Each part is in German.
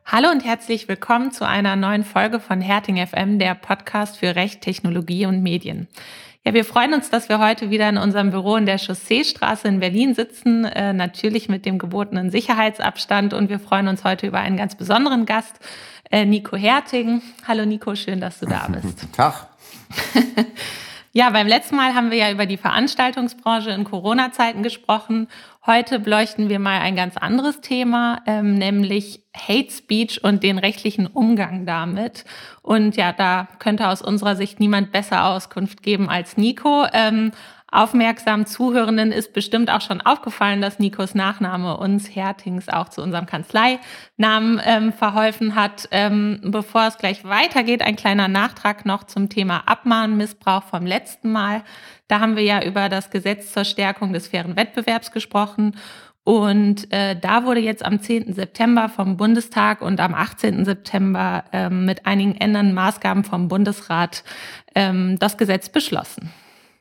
Hallo und herzlich willkommen zu einer neuen Folge von Herting FM, der Podcast für Recht, Technologie und Medien. Ja, wir freuen uns, dass wir heute wieder in unserem Büro in der Chausseestraße in Berlin sitzen, natürlich mit dem gebotenen Sicherheitsabstand, und wir freuen uns heute über einen ganz besonderen Gast, Nico Herting. Hallo Nico, schön, dass du da bist. Tag. Ja, beim letzten Mal haben wir ja über die Veranstaltungsbranche in Corona-Zeiten gesprochen. Heute beleuchten wir mal ein ganz anderes Thema, nämlich Hate Speech und den rechtlichen Umgang damit. Und ja, da könnte aus unserer Sicht niemand besser Auskunft geben als Nico. Aufmerksamen Zuhörenden ist bestimmt auch schon aufgefallen, dass Nikos Nachname uns Hertings auch zu unserem Kanzleinamen verholfen hat. Bevor es gleich weitergeht, ein kleiner Nachtrag noch zum Thema Abmahnmissbrauch vom letzten Mal. Da haben wir ja über das Gesetz zur Stärkung des fairen Wettbewerbs gesprochen. Und da wurde jetzt am 10. September vom Bundestag und am 18. September mit einigen ändernden Maßgaben vom Bundesrat das Gesetz beschlossen.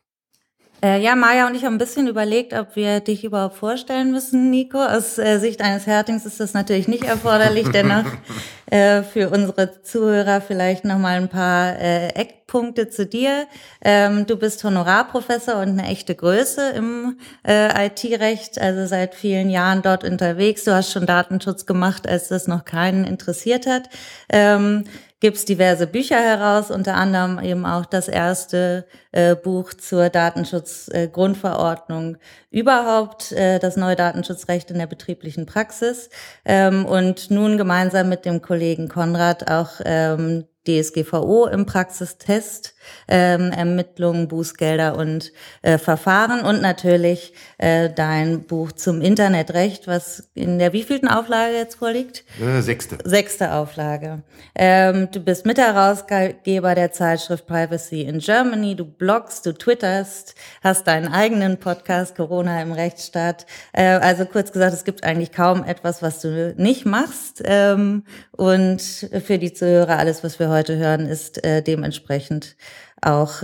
Ja, Maja und ich haben ein bisschen überlegt, ob wir dich überhaupt vorstellen müssen, Nico. Aus Sicht eines Hertings ist das natürlich nicht erforderlich, dennoch für unsere Zuhörer vielleicht nochmal ein paar Eckpunkte zu dir. Du bist Honorarprofessor und eine echte Größe im IT-Recht, also seit vielen Jahren dort unterwegs. Du hast schon Datenschutz gemacht, als das noch keinen interessiert hat. Gibst diverse Bücher heraus, unter anderem eben auch das erste Buch zur Datenschutzgrundverordnung überhaupt, das neue Datenschutzrecht in der betrieblichen Praxis, und nun gemeinsam mit dem Kollegen Konrad auch DSGVO im Praxistest, Ermittlungen, Bußgelder und Verfahren, und natürlich dein Buch zum Internetrecht, was in der wievielten Auflage jetzt vorliegt? Sechste Auflage. Du bist Mitherausgeber der Zeitschrift Privacy in Germany, du bloggst, du twitterst, hast deinen eigenen Podcast Corona im Rechtsstaat. Also kurz gesagt, es gibt eigentlich kaum etwas, was du nicht machst. Und für die Zuhörer, alles, was wir heute hören, ist dementsprechend auch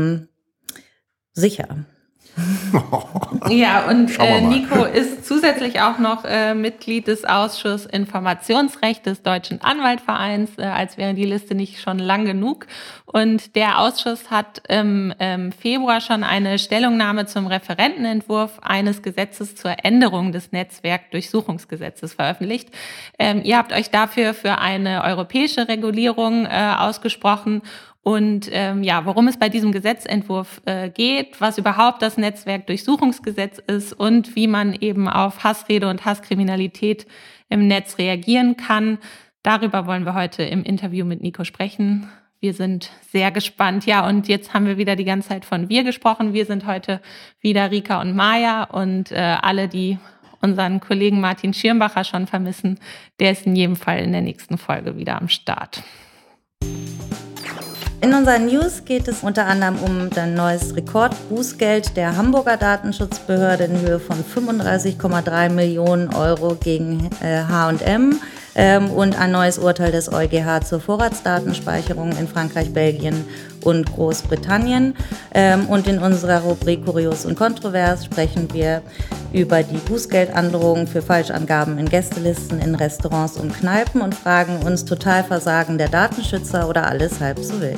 sicher. Ja, und Nico ist zusätzlich auch noch Mitglied des Ausschusses Informationsrecht des Deutschen Anwaltvereins, als wäre die Liste nicht schon lang genug. Und der Ausschuss hat im Februar schon eine Stellungnahme zum Referentenentwurf eines Gesetzes zur Änderung des Netzwerkdurchsuchungsgesetzes veröffentlicht. Ihr habt euch dafür für eine europäische Regulierung ausgesprochen. Und worum es bei diesem Gesetzentwurf geht, was überhaupt das Netzwerkdurchsuchungsgesetz ist und wie man eben auf Hassrede und Hasskriminalität im Netz reagieren kann. Darüber wollen wir heute im Interview mit Nico sprechen. Wir sind sehr gespannt. Ja, und jetzt haben wir wieder die ganze Zeit von wir gesprochen. Wir sind heute wieder Rika und Maja, und alle, die unseren Kollegen Martin Schirmbacher schon vermissen, der ist in jedem Fall in der nächsten Folge wieder am Start. In unseren News geht es unter anderem um ein neues Rekordbußgeld der Hamburger Datenschutzbehörde in Höhe von 35,3 Millionen Euro gegen H&M und ein neues Urteil des EuGH zur Vorratsdatenspeicherung in Frankreich, Belgien und Großbritannien. Und in unserer Rubrik Kurios und Kontrovers sprechen wir über die Bußgeldandrohung für Falschangaben in Gästelisten in Restaurants und Kneipen und fragen uns: Totalversagen der Datenschützer oder alles halb so wild?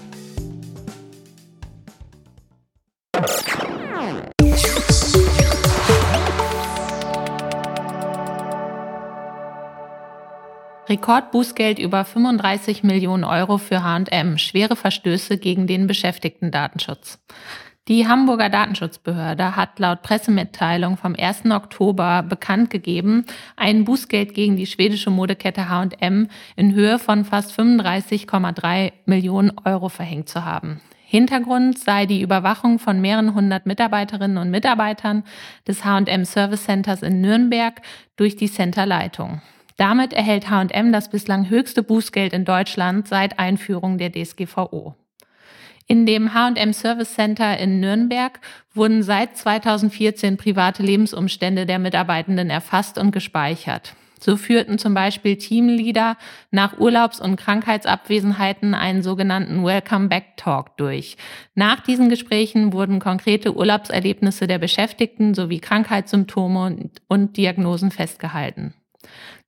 Rekordbußgeld über 35 Millionen Euro für H&M. Schwere Verstöße gegen den Beschäftigtendatenschutz. Die Hamburger Datenschutzbehörde hat laut Pressemitteilung vom 1. Oktober bekannt gegeben, ein Bußgeld gegen die schwedische Modekette H&M in Höhe von fast 35,3 Millionen Euro verhängt zu haben. Hintergrund sei die Überwachung von mehreren hundert Mitarbeiterinnen und Mitarbeitern des H&M Service Centers in Nürnberg durch die Centerleitung. Damit erhält H&M das bislang höchste Bußgeld in Deutschland seit Einführung der DSGVO. In dem H&M Service Center in Nürnberg wurden seit 2014 private Lebensumstände der Mitarbeitenden erfasst und gespeichert. So führten zum Beispiel Teamleader nach Urlaubs- und Krankheitsabwesenheiten einen sogenannten Welcome-Back-Talk durch. Nach diesen Gesprächen wurden konkrete Urlaubserlebnisse der Beschäftigten sowie Krankheitssymptome und Diagnosen festgehalten.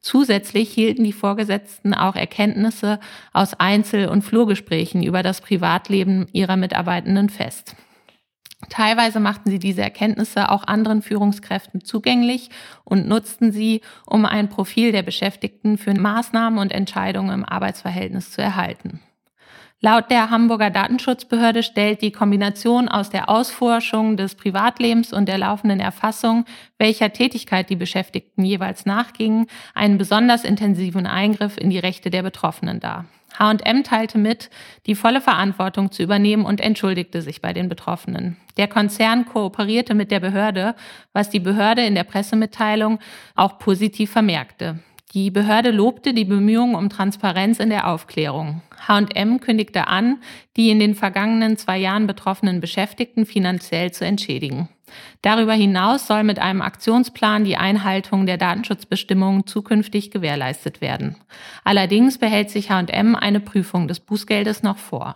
Zusätzlich hielten die Vorgesetzten auch Erkenntnisse aus Einzel- und Flurgesprächen über das Privatleben ihrer Mitarbeitenden fest. Teilweise machten sie diese Erkenntnisse auch anderen Führungskräften zugänglich und nutzten sie, um ein Profil der Beschäftigten für Maßnahmen und Entscheidungen im Arbeitsverhältnis zu erhalten. Laut der Hamburger Datenschutzbehörde stellt die Kombination aus der Ausforschung des Privatlebens und der laufenden Erfassung, welcher Tätigkeit die Beschäftigten jeweils nachgingen, einen besonders intensiven Eingriff in die Rechte der Betroffenen dar. H&M teilte mit, die volle Verantwortung zu übernehmen und entschuldigte sich bei den Betroffenen. Der Konzern kooperierte mit der Behörde, was die Behörde in der Pressemitteilung auch positiv vermerkte. Die Behörde lobte die Bemühungen um Transparenz in der Aufklärung. H&M kündigte an, die in den vergangenen 2 Jahren betroffenen Beschäftigten finanziell zu entschädigen. Darüber hinaus soll mit einem Aktionsplan die Einhaltung der Datenschutzbestimmungen zukünftig gewährleistet werden. Allerdings behält sich H&M eine Prüfung des Bußgeldes noch vor.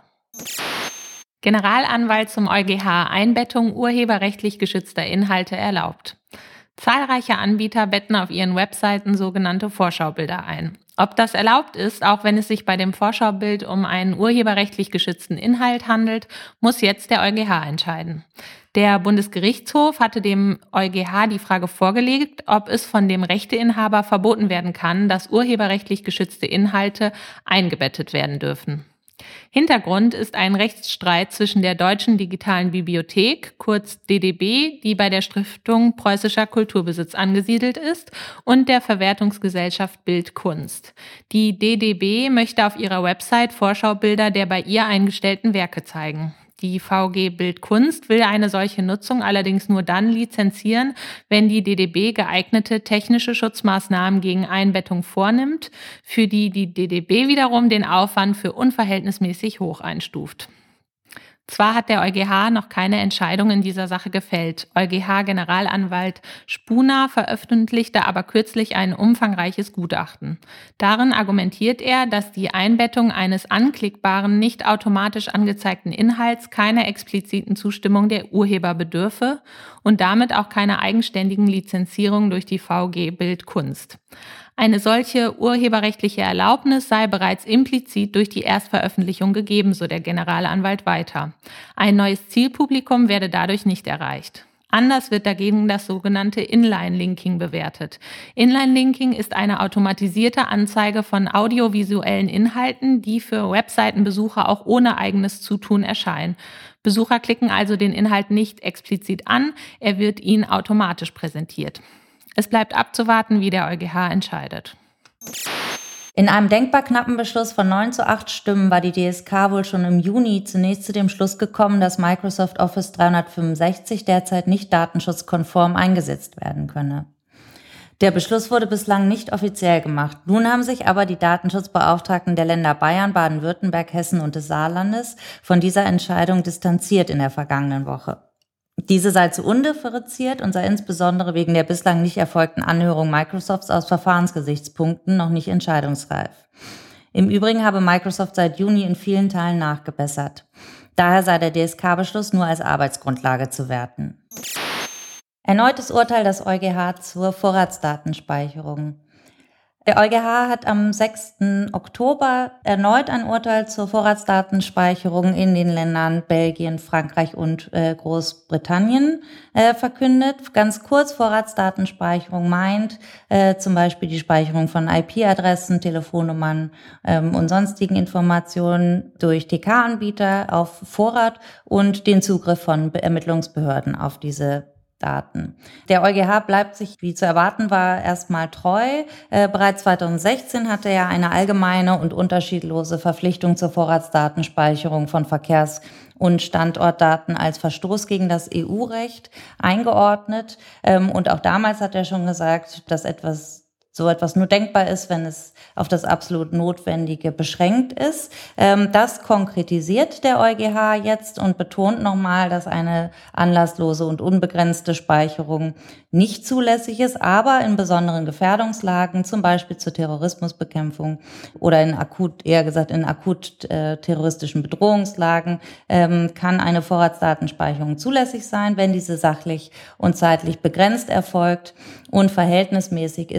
Generalanwalt zum EuGH: Einbettung urheberrechtlich geschützter Inhalte erlaubt. Zahlreiche Anbieter betten auf ihren Webseiten sogenannte Vorschaubilder ein. Ob das erlaubt ist, auch wenn es sich bei dem Vorschaubild um einen urheberrechtlich geschützten Inhalt handelt, muss jetzt der EuGH entscheiden. Der Bundesgerichtshof hatte dem EuGH die Frage vorgelegt, ob es von dem Rechteinhaber verboten werden kann, dass urheberrechtlich geschützte Inhalte eingebettet werden dürfen. Hintergrund ist ein Rechtsstreit zwischen der Deutschen Digitalen Bibliothek, kurz DDB, die bei der Stiftung Preußischer Kulturbesitz angesiedelt ist, und der Verwertungsgesellschaft Bildkunst. Die DDB möchte auf ihrer Website Vorschaubilder der bei ihr eingestellten Werke zeigen. Die VG Bildkunst will eine solche Nutzung allerdings nur dann lizenzieren, wenn die DDB geeignete technische Schutzmaßnahmen gegen Einbettung vornimmt, für die die DDB wiederum den Aufwand für unverhältnismäßig hoch einstuft. Zwar hat der EuGH noch keine Entscheidung in dieser Sache gefällt. EuGH-Generalanwalt Spuner veröffentlichte aber kürzlich ein umfangreiches Gutachten. Darin argumentiert er, dass die Einbettung eines anklickbaren, nicht automatisch angezeigten Inhalts keiner expliziten Zustimmung der Urheber bedürfe und damit auch keiner eigenständigen Lizenzierung durch die VG Bildkunst. Eine solche urheberrechtliche Erlaubnis sei bereits implizit durch die Erstveröffentlichung gegeben, so der Generalanwalt weiter. Ein neues Zielpublikum werde dadurch nicht erreicht. Anders wird dagegen das sogenannte Inline-Linking bewertet. Inline-Linking ist eine automatisierte Anzeige von audiovisuellen Inhalten, die für Webseitenbesucher auch ohne eigenes Zutun erscheinen. Besucher klicken also den Inhalt nicht explizit an, er wird ihnen automatisch präsentiert. Es bleibt abzuwarten, wie der EuGH entscheidet. In einem denkbar knappen Beschluss von 9:8 Stimmen war die DSK wohl schon im Juni zunächst zu dem Schluss gekommen, dass Microsoft Office 365 derzeit nicht datenschutzkonform eingesetzt werden könne. Der Beschluss wurde bislang nicht offiziell gemacht. Nun haben sich aber die Datenschutzbeauftragten der Länder Bayern, Baden-Württemberg, Hessen und des Saarlandes von dieser Entscheidung distanziert in der vergangenen Woche. Diese sei zu undifferenziert und sei insbesondere wegen der bislang nicht erfolgten Anhörung Microsofts aus Verfahrensgesichtspunkten noch nicht entscheidungsreif. Im Übrigen habe Microsoft seit Juni in vielen Teilen nachgebessert. Daher sei der DSK-Beschluss nur als Arbeitsgrundlage zu werten. Erneutes Urteil des EuGH zur Vorratsdatenspeicherung. Der EuGH hat am 6. Oktober erneut ein Urteil zur Vorratsdatenspeicherung in den Ländern Belgien, Frankreich und Großbritannien verkündet. Ganz kurz, Vorratsdatenspeicherung meint zum Beispiel die Speicherung von IP-Adressen, Telefonnummern und sonstigen Informationen durch TK-Anbieter auf Vorrat und den Zugriff von Ermittlungsbehörden auf diese Daten. Der EuGH bleibt sich, wie zu erwarten war, erstmal treu. Bereits 2016 hatte er eine allgemeine und unterschiedlose Verpflichtung zur Vorratsdatenspeicherung von Verkehrs- und Standortdaten als Verstoß gegen das EU-Recht eingeordnet. Und auch damals hat er schon gesagt, dass so etwas nur denkbar ist, wenn es auf das absolut Notwendige beschränkt ist. Das konkretisiert der EuGH jetzt und betont nochmal, dass eine anlasslose und unbegrenzte Speicherung nicht zulässig ist, aber in besonderen Gefährdungslagen, zum Beispiel zur Terrorismusbekämpfung oder in akut terroristischen Bedrohungslagen, kann eine Vorratsdatenspeicherung zulässig sein, wenn diese sachlich und zeitlich begrenzt erfolgt und verhältnismäßig ist, wozu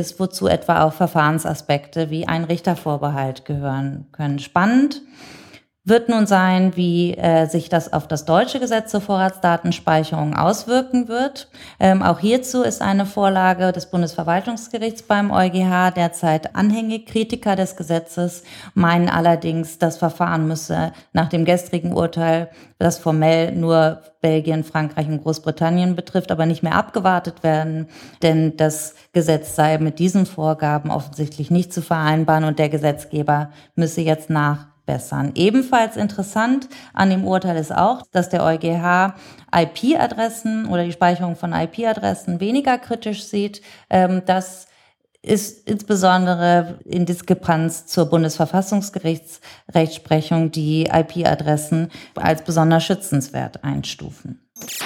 wozu etwa auch Verfahrensaspekte wie ein Richtervorbehalt gehören können. Spannend wird nun sein, wie sich das auf das deutsche Gesetz zur Vorratsdatenspeicherung auswirken wird. Auch hierzu ist eine Vorlage des Bundesverwaltungsgerichts beim EuGH derzeit anhängig. Kritiker des Gesetzes meinen allerdings, das Verfahren müsse nach dem gestrigen Urteil, das formell nur Belgien, Frankreich und Großbritannien betrifft, aber nicht mehr abgewartet werden, denn das Gesetz sei mit diesen Vorgaben offensichtlich nicht zu vereinbaren und der Gesetzgeber müsse jetzt nachbessern. Ebenfalls interessant an dem Urteil ist auch, dass der EuGH IP-Adressen oder die Speicherung von IP-Adressen weniger kritisch sieht. Das ist insbesondere in Diskrepanz zur Bundesverfassungsgerichtsrechtsprechung, die IP-Adressen als besonders schützenswert einstufen.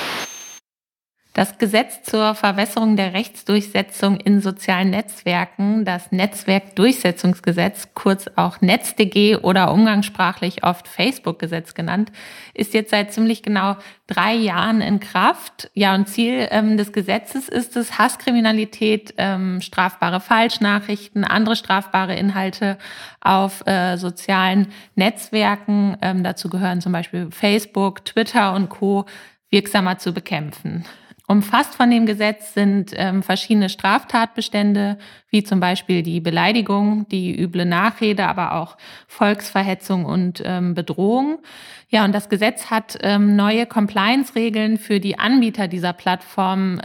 Das Gesetz zur Verwässerung der Rechtsdurchsetzung in sozialen Netzwerken, das Netzwerkdurchsetzungsgesetz, kurz auch NetzDG oder umgangssprachlich oft Facebook-Gesetz genannt, ist jetzt seit ziemlich genau 3 Jahren in Kraft. Ja, und Ziel des Gesetzes ist es, Hasskriminalität, strafbare Falschnachrichten, andere strafbare Inhalte auf sozialen Netzwerken, dazu gehören zum Beispiel Facebook, Twitter und Co., wirksamer zu bekämpfen. Umfasst von dem Gesetz sind verschiedene Straftatbestände, wie zum Beispiel die Beleidigung, die üble Nachrede, aber auch Volksverhetzung und Bedrohung. Ja, und das Gesetz hat neue Compliance-Regeln für die Anbieter dieser Plattform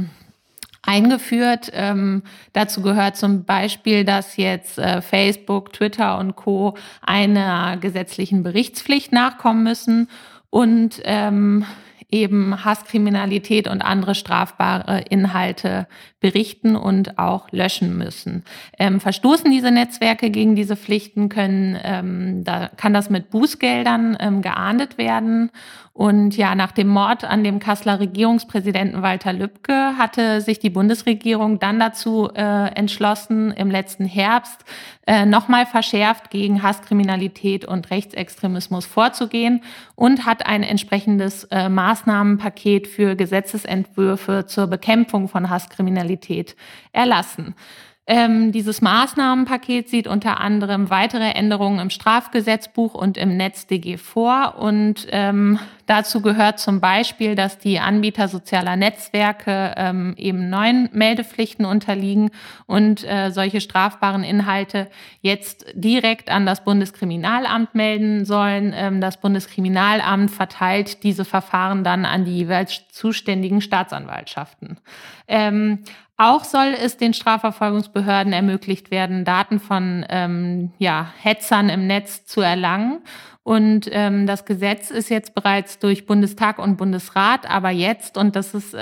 eingeführt. Dazu gehört zum Beispiel, dass jetzt Facebook, Twitter und Co. einer gesetzlichen Berichtspflicht nachkommen müssen und eben Hasskriminalität und andere strafbare Inhalte berichten und auch löschen müssen. Verstoßen diese Netzwerke gegen diese Pflichten, kann das mit Bußgeldern geahndet werden. Und ja, nach dem Mord an dem Kasseler Regierungspräsidenten Walter Lübcke hatte sich die Bundesregierung dann dazu entschlossen, im letzten Herbst nochmal verschärft gegen Hasskriminalität und Rechtsextremismus vorzugehen und hat ein entsprechendes Maßnahmenpaket für Gesetzesentwürfe zur Bekämpfung von Hasskriminalität erlassen. Dieses Maßnahmenpaket sieht unter anderem weitere Änderungen im Strafgesetzbuch und im NetzDG vor. Und dazu gehört zum Beispiel, dass die Anbieter sozialer Netzwerke eben neuen Meldepflichten unterliegen und solche strafbaren Inhalte jetzt direkt an das Bundeskriminalamt melden sollen. Das Bundeskriminalamt verteilt diese Verfahren dann an die jeweils zuständigen Staatsanwaltschaften. Auch soll es den Strafverfolgungsbehörden ermöglicht werden, Daten von Hetzern im Netz zu erlangen. Und das Gesetz ist jetzt bereits durch Bundestag und Bundesrat, aber jetzt, und das ist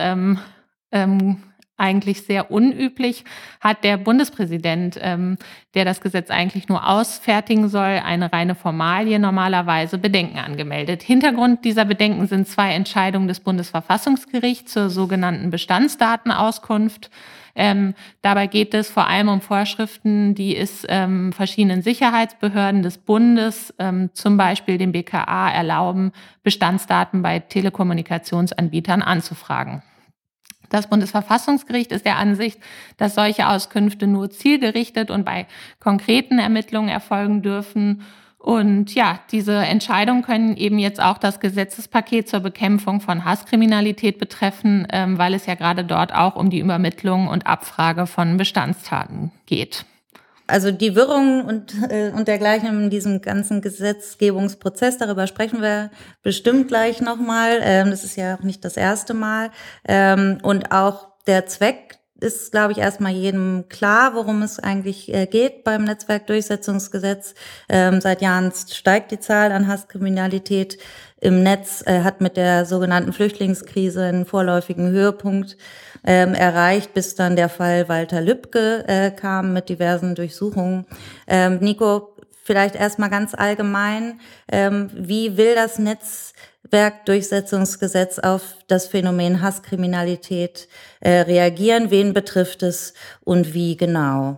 eigentlich sehr unüblich, hat der Bundespräsident, der das Gesetz eigentlich nur ausfertigen soll, eine reine Formalie, normalerweise Bedenken angemeldet. Hintergrund dieser Bedenken sind 2 Entscheidungen des Bundesverfassungsgerichts zur sogenannten Bestandsdatenauskunft. Dabei geht es vor allem um Vorschriften, die es verschiedenen Sicherheitsbehörden des Bundes, zum Beispiel dem BKA, erlauben, Bestandsdaten bei Telekommunikationsanbietern anzufragen. Das Bundesverfassungsgericht ist der Ansicht, dass solche Auskünfte nur zielgerichtet und bei konkreten Ermittlungen erfolgen dürfen. Und ja, diese Entscheidungen können eben jetzt auch das Gesetzespaket zur Bekämpfung von Hasskriminalität betreffen, weil es ja gerade dort auch um die Übermittlung und Abfrage von Bestandstaten geht. Also die Wirrungen und dergleichen in diesem ganzen Gesetzgebungsprozess, darüber sprechen wir bestimmt gleich nochmal. Das ist ja auch nicht das erste Mal. Und auch der Zweck ist, glaube ich, erstmal jedem klar, worum es eigentlich geht beim Netzwerkdurchsetzungsgesetz. Seit Jahren steigt die Zahl an Hasskriminalität im Netz, hat mit der sogenannten Flüchtlingskrise einen vorläufigen Höhepunkt erreicht, bis dann der Fall Walter Lübcke kam mit diversen Durchsuchungen. Nico, vielleicht erstmal ganz allgemein, wie will das Netzwerkdurchsetzungsgesetz auf das Phänomen Hasskriminalität reagieren? Wen betrifft es und wie genau?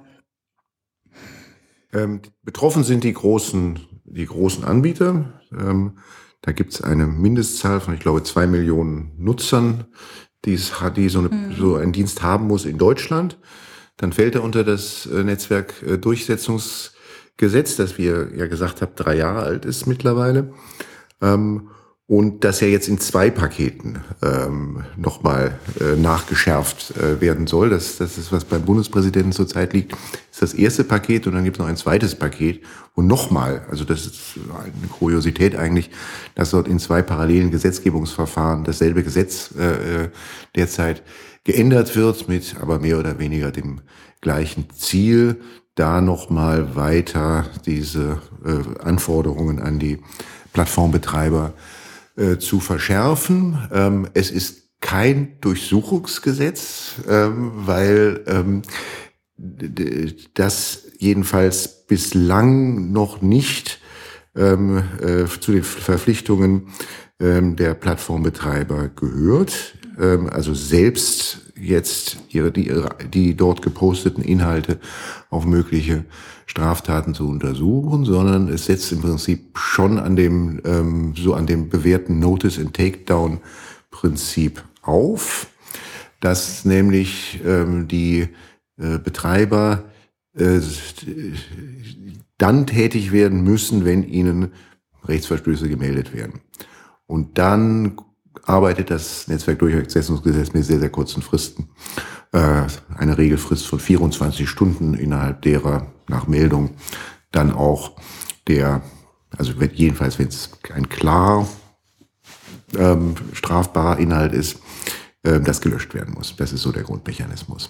Betroffen sind die großen Anbieter. Da gibt es eine Mindestzahl von, ich glaube, 2 Millionen Nutzern, die so einen Dienst haben muss in Deutschland. dann fällt er unter das Netzwerkdurchsetzungsgesetz, das, wie ihr ja gesagt habt, 3 Jahre alt ist mittlerweile. Und das ja jetzt in 2 Paketen nochmal nachgeschärft werden soll. Das ist, was beim Bundespräsidenten zurzeit liegt, ist das erste Paket und dann gibt es noch ein zweites Paket. Und nochmal, also das ist eine Kuriosität eigentlich, dass dort in 2 parallelen Gesetzgebungsverfahren dasselbe Gesetz derzeit geändert wird, mit aber mehr oder weniger dem gleichen Ziel, da nochmal weiter diese Anforderungen an die Plattformbetreiber zu verschärfen. Es ist kein Durchsuchungsgesetz, weil das jedenfalls bislang noch nicht zu den Verpflichtungen der Plattformbetreiber gehört. Also selbst jetzt die dort geposteten Inhalte auf mögliche Straftaten zu untersuchen, sondern es setzt im Prinzip schon an dem bewährten Notice and Takedown Prinzip auf, dass nämlich die Betreiber dann tätig werden müssen, wenn ihnen Rechtsverstöße gemeldet werden. Und dann arbeitet das Netzwerkdurchsetzungsgesetz mit sehr, sehr kurzen Fristen. Eine Regelfrist von 24 Stunden, innerhalb derer nach Meldung dann auch jedenfalls, wenn es ein klar strafbarer Inhalt ist, das gelöscht werden muss. Das ist so der Grundmechanismus.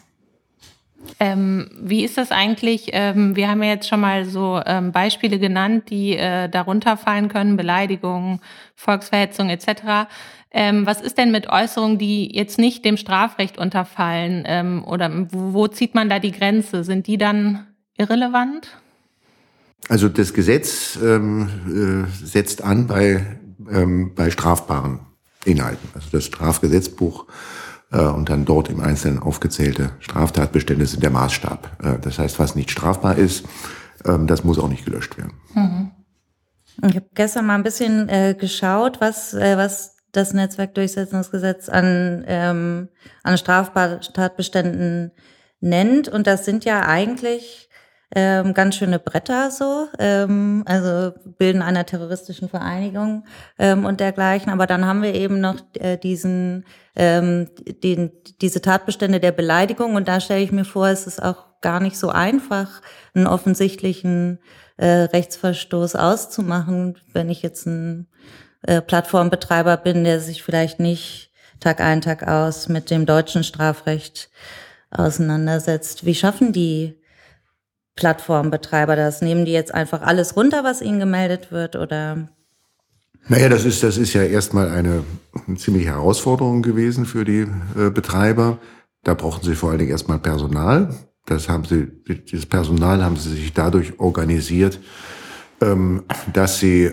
Wie ist das eigentlich? Wir haben ja jetzt schon mal so Beispiele genannt, die darunter fallen können, Beleidigungen, Volksverhetzung etc. Was ist denn mit Äußerungen, die jetzt nicht dem Strafrecht unterfallen? Oder wo zieht man da die Grenze? Sind die dann irrelevant? Also das Gesetz setzt an bei strafbaren Inhalten. Also das Strafgesetzbuch und dann dort im Einzelnen aufgezählte Straftatbestände sind der Maßstab. Das heißt, was nicht strafbar ist, das muss auch nicht gelöscht werden. Mhm. Ich habe gestern mal ein bisschen geschaut, was das Netzwerkdurchsetzungsgesetz an Straftatbeständen nennt. Und das sind ja eigentlich ganz schöne Bretter so, also Bilden einer terroristischen Vereinigung und dergleichen. Aber dann haben wir eben noch diese Tatbestände der Beleidigung. Und da stelle ich mir vor, es ist auch gar nicht so einfach, einen offensichtlichen Rechtsverstoß auszumachen, wenn ich jetzt ein Plattformbetreiber bin, der sich vielleicht nicht Tag ein, Tag aus mit dem deutschen Strafrecht auseinandersetzt. Wie schaffen die Plattformbetreiber das? Nehmen die jetzt einfach alles runter, was ihnen gemeldet wird, oder? Naja, das ist ja erstmal eine ziemliche Herausforderung gewesen für die Betreiber. Da brauchten sie vor allen Dingen erstmal Personal. Dieses Personal haben sie sich dadurch organisiert, dass sie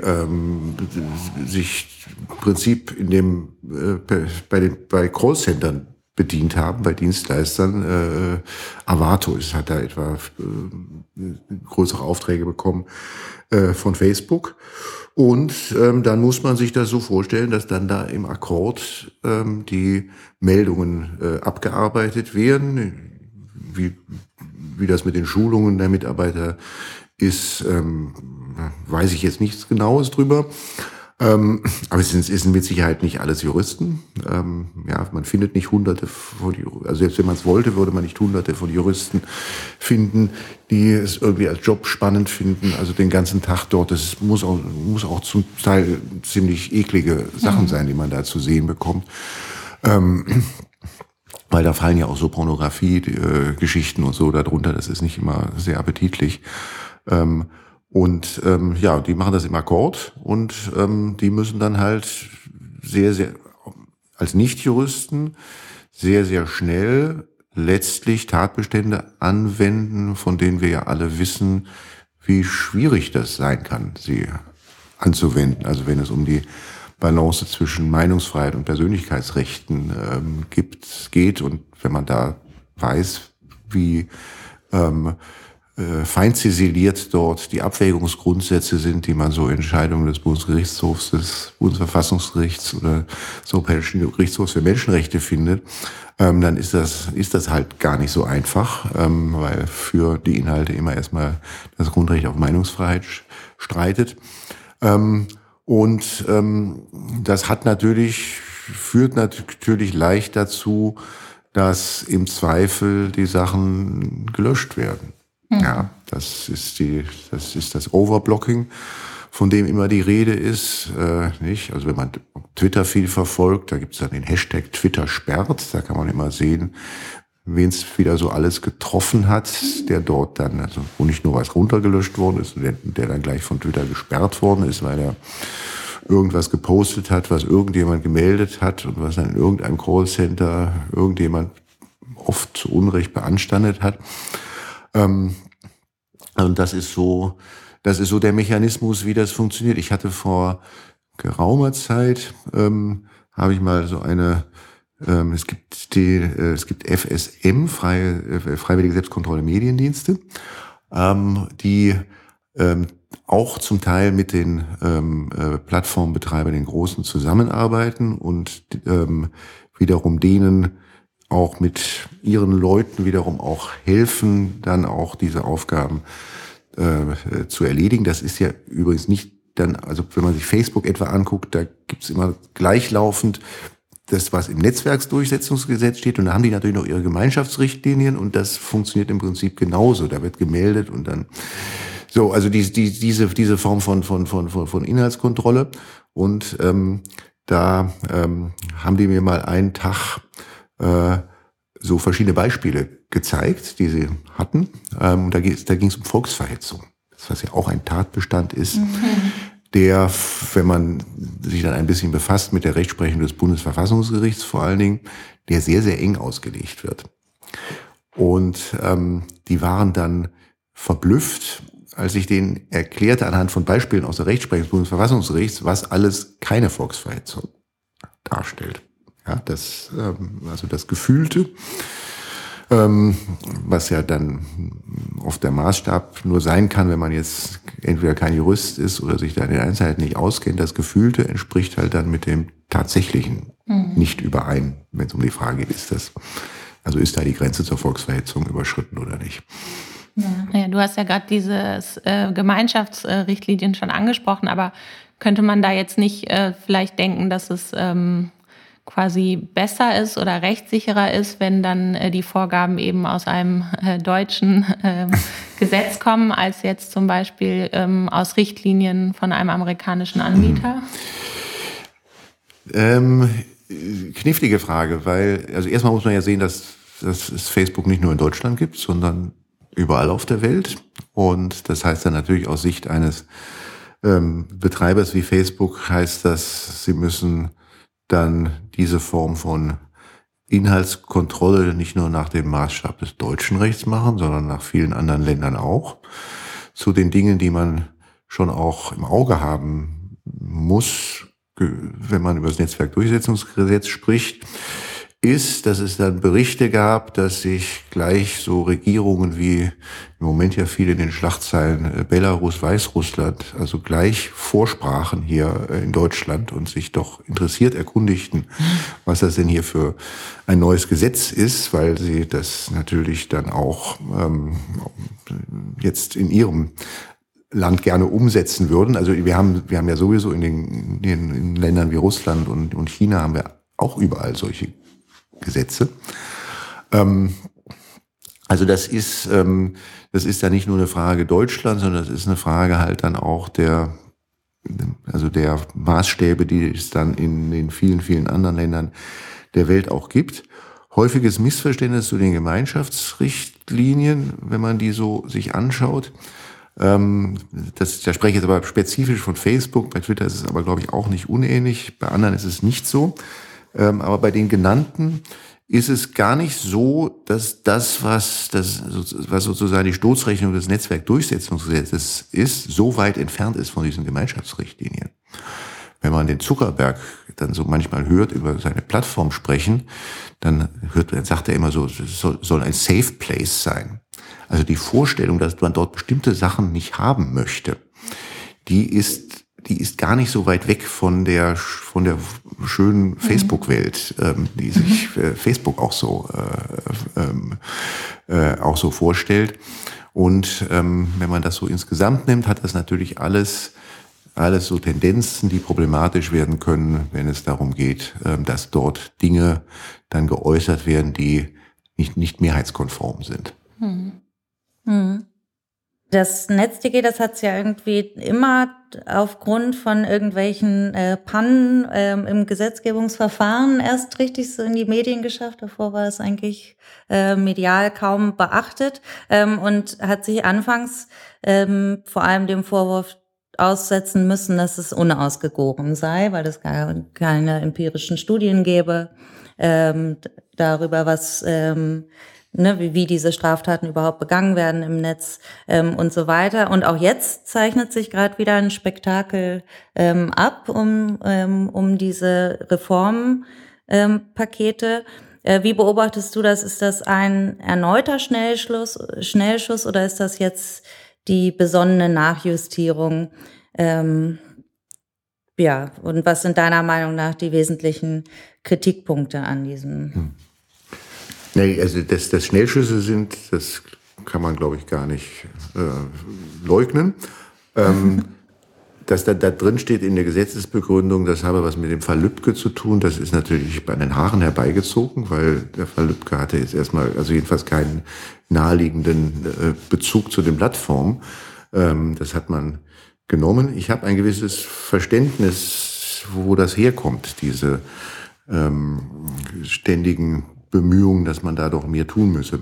sich im Prinzip bei Callcentern bedient haben, bei Dienstleistern. Avato hat da etwa größere Aufträge bekommen von Facebook. Und dann muss man sich das so vorstellen, dass dann da im Akkord die Meldungen abgearbeitet werden. Wie das mit den Schulungen der Mitarbeiter ist, weiß ich jetzt nichts Genaues drüber. Aber es sind mit Sicherheit nicht alles Juristen. Man findet nicht Hunderte also selbst wenn man es wollte, würde man nicht Hunderte von Juristen finden, die es irgendwie als Job spannend finden. Also den ganzen Tag dort, das muss auch zum Teil ziemlich eklige Sachen sein, die man da zu sehen bekommt. Weil da fallen ja auch so Pornografie-Geschichten und so darunter, das ist nicht immer sehr appetitlich. Die machen das im Akkord und die müssen dann halt sehr, sehr, als Nichtjuristen, sehr, sehr schnell letztlich Tatbestände anwenden, von denen wir ja alle wissen, wie schwierig das sein kann, sie anzuwenden. Also wenn es um die Balance zwischen Meinungsfreiheit und Persönlichkeitsrechten geht und wenn man da weiß, wie fein ziseliert dort die Abwägungsgrundsätze sind, die man so in Entscheidungen des Bundesgerichtshofs, des Bundesverfassungsgerichts oder des Europäischen Gerichtshofs für Menschenrechte findet, dann ist das halt gar nicht so einfach, weil für die Inhalte immer erstmal das Grundrecht auf Meinungsfreiheit streitet. Das führt natürlich leicht dazu, dass im Zweifel die Sachen gelöscht werden. Ja, das ist das Overblocking, von dem immer die Rede ist, nicht? Also wenn man Twitter viel verfolgt, da gibt es dann den Hashtag Twitter sperrt, da kann man immer sehen, wen es wieder so alles getroffen hat, der dort dann, also wo nicht nur was runtergelöscht worden ist, der dann gleich von Twitter gesperrt worden ist, weil er irgendwas gepostet hat, was irgendjemand gemeldet hat und was dann in irgendeinem Callcenter irgendjemand oft zu Unrecht beanstandet hat. Und das ist so der Mechanismus, wie das funktioniert. Ich hatte vor geraumer Zeit, habe ich mal so eine, es gibt FSM, Freiwillige Selbstkontrolle Mediendienste, die auch zum Teil mit den Plattformbetreibern, den Großen, zusammenarbeiten und wiederum denen auch mit ihren Leuten wiederum auch helfen, dann auch diese Aufgaben zu erledigen. Das ist ja übrigens nicht dann, also wenn man sich Facebook etwa anguckt, da gibt's immer gleichlaufend das, was im Netzwerksdurchsetzungsgesetz steht, und da haben die natürlich noch ihre Gemeinschaftsrichtlinien und das funktioniert im Prinzip genauso. Da wird gemeldet und dann so, also diese Form von Inhaltskontrolle. Und da haben die mir mal einen Tag so verschiedene Beispiele gezeigt, die sie hatten. Da ging es um Volksverhetzung, was ja auch ein Tatbestand ist, der, wenn man sich dann ein bisschen befasst mit der Rechtsprechung des Bundesverfassungsgerichts vor allen Dingen, der sehr, sehr eng ausgelegt wird. Und die waren dann verblüfft, als ich denen erklärte anhand von Beispielen aus der Rechtsprechung des Bundesverfassungsgerichts, was alles keine Volksverhetzung darstellt. Ja, also das Gefühlte, was ja dann oft der Maßstab nur sein kann, wenn man jetzt entweder kein Jurist ist oder sich da in den Einzelheiten nicht auskennt. Das Gefühlte entspricht halt dann mit dem Tatsächlichen nicht überein, wenn es um die Frage geht, ist da die Grenze zur Volksverhetzung überschritten oder nicht. Ja, du hast ja gerade dieses Gemeinschaftsrichtlinien schon angesprochen, aber könnte man da jetzt nicht vielleicht denken, dass es quasi besser ist oder rechtssicherer ist, wenn dann die Vorgaben eben aus einem deutschen Gesetz kommen, als jetzt zum Beispiel aus Richtlinien von einem amerikanischen Anbieter? Knifflige Frage, weil, also erstmal muss man ja sehen, dass es Facebook nicht nur in Deutschland gibt, sondern überall auf der Welt. Und das heißt dann natürlich aus Sicht eines Betreibers wie Facebook heißt das, sie müssen dann diese Form von Inhaltskontrolle nicht nur nach dem Maßstab des deutschen Rechts machen, sondern nach vielen anderen Ländern auch. Zu den Dingen, die man schon auch im Auge haben muss, wenn man über das Netzwerkdurchsetzungsgesetz spricht, ist, dass es dann Berichte gab, dass sich gleich so Regierungen wie im Moment ja viele in den Schlagzeilen Belarus, Weißrussland, also gleich vorsprachen hier in Deutschland und sich doch interessiert erkundigten, was das denn hier für ein neues Gesetz ist, weil sie das natürlich dann auch jetzt in ihrem Land gerne umsetzen würden. Also wir haben ja sowieso in Ländern wie Russland und China haben wir auch überall solche Gesetze. Also das ist ja nicht nur eine Frage Deutschland, sondern das ist eine Frage halt dann auch der Maßstäbe, die es dann in den vielen, vielen anderen Ländern der Welt auch gibt. Häufiges Missverständnis zu den Gemeinschaftsrichtlinien, wenn man die so sich anschaut. Da spreche ich jetzt aber spezifisch von Facebook. Bei Twitter ist es aber, glaube ich, auch nicht unähnlich. Bei anderen ist es nicht so. Aber bei den genannten ist es gar nicht so, dass was sozusagen die Stoßrechnung des Netzwerkdurchsetzungsgesetzes ist, so weit entfernt ist von diesen Gemeinschaftsrichtlinien. Wenn man den Zuckerberg dann so manchmal hört über seine Plattform sprechen, dann sagt er immer so, es soll ein Safe Place sein. Also die Vorstellung, dass man dort bestimmte Sachen nicht haben möchte, die ist gar nicht so weit weg von der schönen Facebook-Welt, die sich Facebook auch so vorstellt. Und wenn man das so insgesamt nimmt, hat das natürlich alles so Tendenzen, die problematisch werden können, wenn es darum geht, dass dort Dinge dann geäußert werden, die nicht mehrheitskonform sind. Das NetzDG, das hat es ja irgendwie immer aufgrund von irgendwelchen Pannen im Gesetzgebungsverfahren erst richtig so in die Medien geschafft. Davor war es eigentlich medial kaum beachtet und hat sich anfangs vor allem dem Vorwurf aussetzen müssen, dass es unausgegoren sei, weil es keine empirischen Studien gäbe darüber, was wie diese Straftaten überhaupt begangen werden im Netz und so weiter. Und auch jetzt zeichnet sich gerade wieder ein Spektakel ab um diese Reformpakete. Wie beobachtest du das? Ist das ein erneuter Schnellschuss oder ist das jetzt die besonnene Nachjustierung? Und was sind deiner Meinung nach die wesentlichen Kritikpunkte an diesem? Nee, also das Schnellschüsse sind, das kann man, glaube ich, gar nicht leugnen. Dass da drin steht in der Gesetzesbegründung, das habe was mit dem Fall Lübcke zu tun, das ist natürlich bei den Haaren herbeigezogen, weil der Fall Lübcke hatte jetzt erstmal, also jedenfalls keinen naheliegenden Bezug zu den Plattformen. Das hat man genommen. Ich habe ein gewisses Verständnis, wo das herkommt, diese ständigen Bemühungen, dass man da doch mehr tun müsse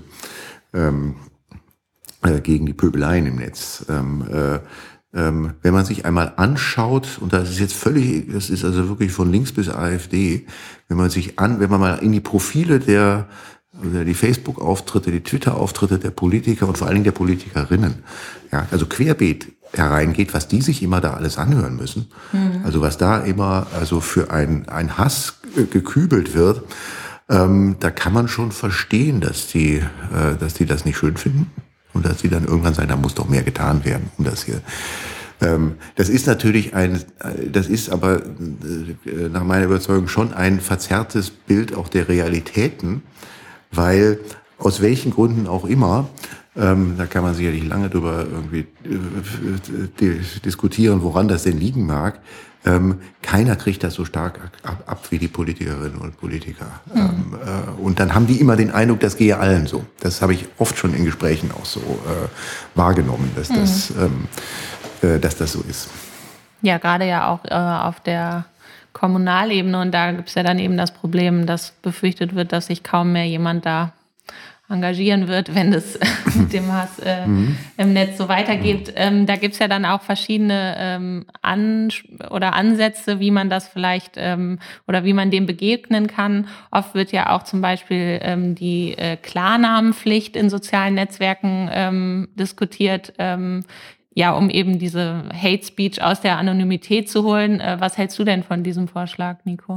gegen die Pöbeleien im Netz. Wenn man sich einmal anschaut, und das ist also wirklich von links bis AfD, wenn man mal in die Profile die Facebook-Auftritte, die Twitter-Auftritte der Politiker und vor allen Dingen der Politikerinnen, ja, also querbeet hereingeht, was die sich immer da alles anhören müssen, also was da immer also für ein Hass gekübelt wird, da kann man schon verstehen, dass die das nicht schön finden und dass sie dann irgendwann sagen, da muss doch mehr getan werden, um das hier. Das ist aber nach meiner Überzeugung schon ein verzerrtes Bild auch der Realitäten, weil aus welchen Gründen auch immer, da kann man sicherlich lange drüber irgendwie diskutieren, woran das denn liegen mag. Keiner kriegt das so stark ab wie die Politikerinnen und Politiker. Und dann haben die immer den Eindruck, das gehe allen so. Das habe ich oft schon in Gesprächen auch so wahrgenommen, dass das so ist. Ja, gerade ja auch auf der Kommunalebene. Und da gibt es ja dann eben das Problem, dass befürchtet wird, dass sich kaum mehr jemand da engagieren wird, wenn das mit dem Hass im Netz so weitergeht. Da gibt's ja dann auch verschiedene Ansätze, wie man das vielleicht oder wie man dem begegnen kann. Oft wird ja auch zum Beispiel die Klarnamenpflicht in sozialen Netzwerken diskutiert, um eben diese Hate Speech aus der Anonymität zu holen. Was hältst du denn von diesem Vorschlag, Nico?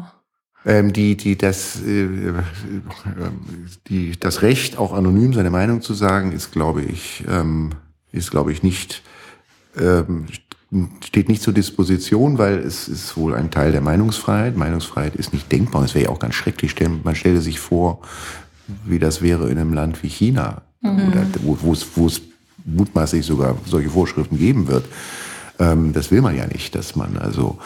Das Recht, auch anonym seine Meinung zu sagen, ist, glaube ich, nicht, steht nicht zur Disposition, weil es ist wohl ein Teil der Meinungsfreiheit. Meinungsfreiheit ist nicht denkbar. Es wäre ja auch ganz schrecklich. Man stelle sich vor, wie das wäre in einem Land wie China, oder wo es mutmaßlich sogar solche Vorschriften geben wird. Das will man ja nicht, dass man also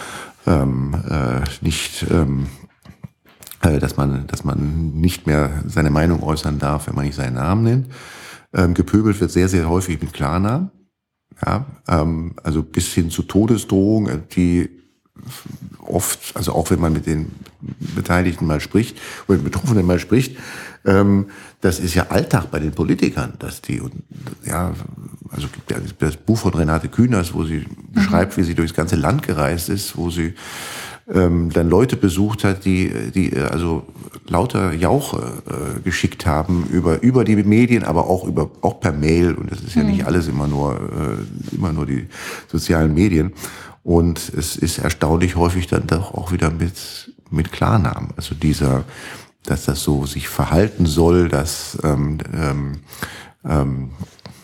dass man nicht mehr seine Meinung äußern darf, wenn man nicht seinen Namen nennt. Gepöbelt wird sehr, sehr häufig mit Klarnamen. Ja, also bis hin zu Todesdrohungen, die oft, also auch wenn man mit den Beteiligten mal spricht, oder den Betroffenen mal spricht, das ist ja Alltag bei den Politikern, dass die, also gibt ja das Buch von Renate Künast, wo sie beschreibt, wie sie durchs ganze Land gereist ist, wo sie dann Leute besucht hat, die also lauter Jauche geschickt haben über die Medien, aber auch per Mail. Und das ist ja nicht alles immer nur die sozialen Medien. Und es ist erstaunlich häufig dann doch auch wieder mit Klarnamen. Also dass das so sich verhalten soll, dass